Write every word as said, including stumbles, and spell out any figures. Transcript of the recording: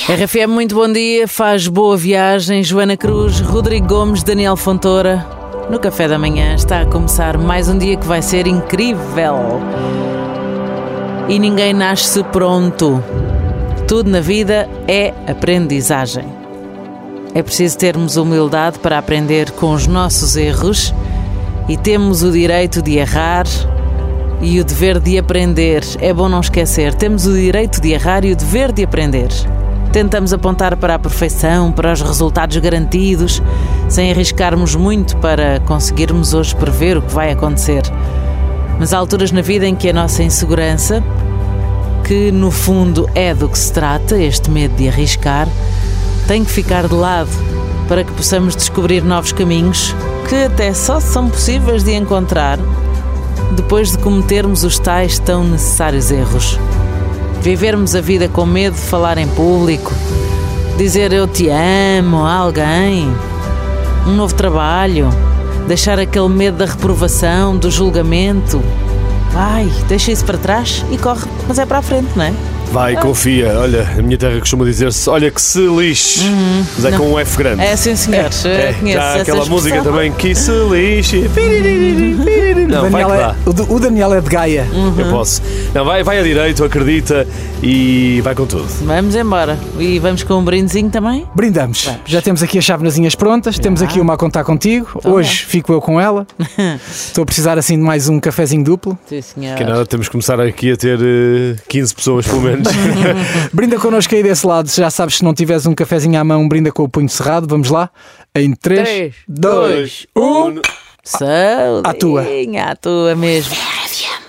R F M, muito bom dia, faz boa viagem. Joana Cruz, Rodrigo Gomes, Daniel Fontoura. No Café da Manhã está a começar mais um dia que vai ser incrível. E ninguém nasce pronto. Tudo na vida é aprendizagem. É preciso termos humildade para aprender com os nossos erros e temos o direito de errar e o dever de aprender. É bom não esquecer, temos o direito de errar e o dever de aprender. Tentamos apontar para a perfeição, para os resultados garantidos, sem arriscarmos muito para conseguirmos hoje prever o que vai acontecer. Mas há alturas na vida em que a nossa insegurança, que no fundo é do que se trata, este medo de arriscar, tem que ficar de lado para que possamos descobrir novos caminhos que até só são possíveis de encontrar depois de cometermos os tais tão necessários erros. Vivermos a vida com medo de falar em público, dizer eu te amo a alguém, um novo trabalho, deixar aquele medo da reprovação, do julgamento. Vai, deixa isso para trás e corre, mas é para a frente, não é? Vai, confia. Olha, a minha terra costuma dizer-se, olha que se lixe, uhum. Mas é não. Com um F grande. É sim, senhores. É, é. Já há aquela música também, que se lixe. Não, vai que dá. É, o Daniel é de Gaia. Uhum. Eu posso. Não, vai, vai a direito, acredita e vai com tudo. Vamos embora. E vamos com um brindezinho também? Brindamos. Vamos. Já temos aqui as chávenazinhas prontas, Já. temos aqui uma a contar contigo. Então Hoje é. fico eu com ela. Estou a precisar assim de mais um cafezinho duplo. Sim, senhor. Que nada, temos que começar aqui a ter uh, quinze pessoas pelo menos. Brinda connosco aí desse lado. Já sabes, se não tiveres um cafezinho à mão, brinda com o punho cerrado. Vamos lá. Em três, dois, um. Saudinha, à tua. À tua mesmo.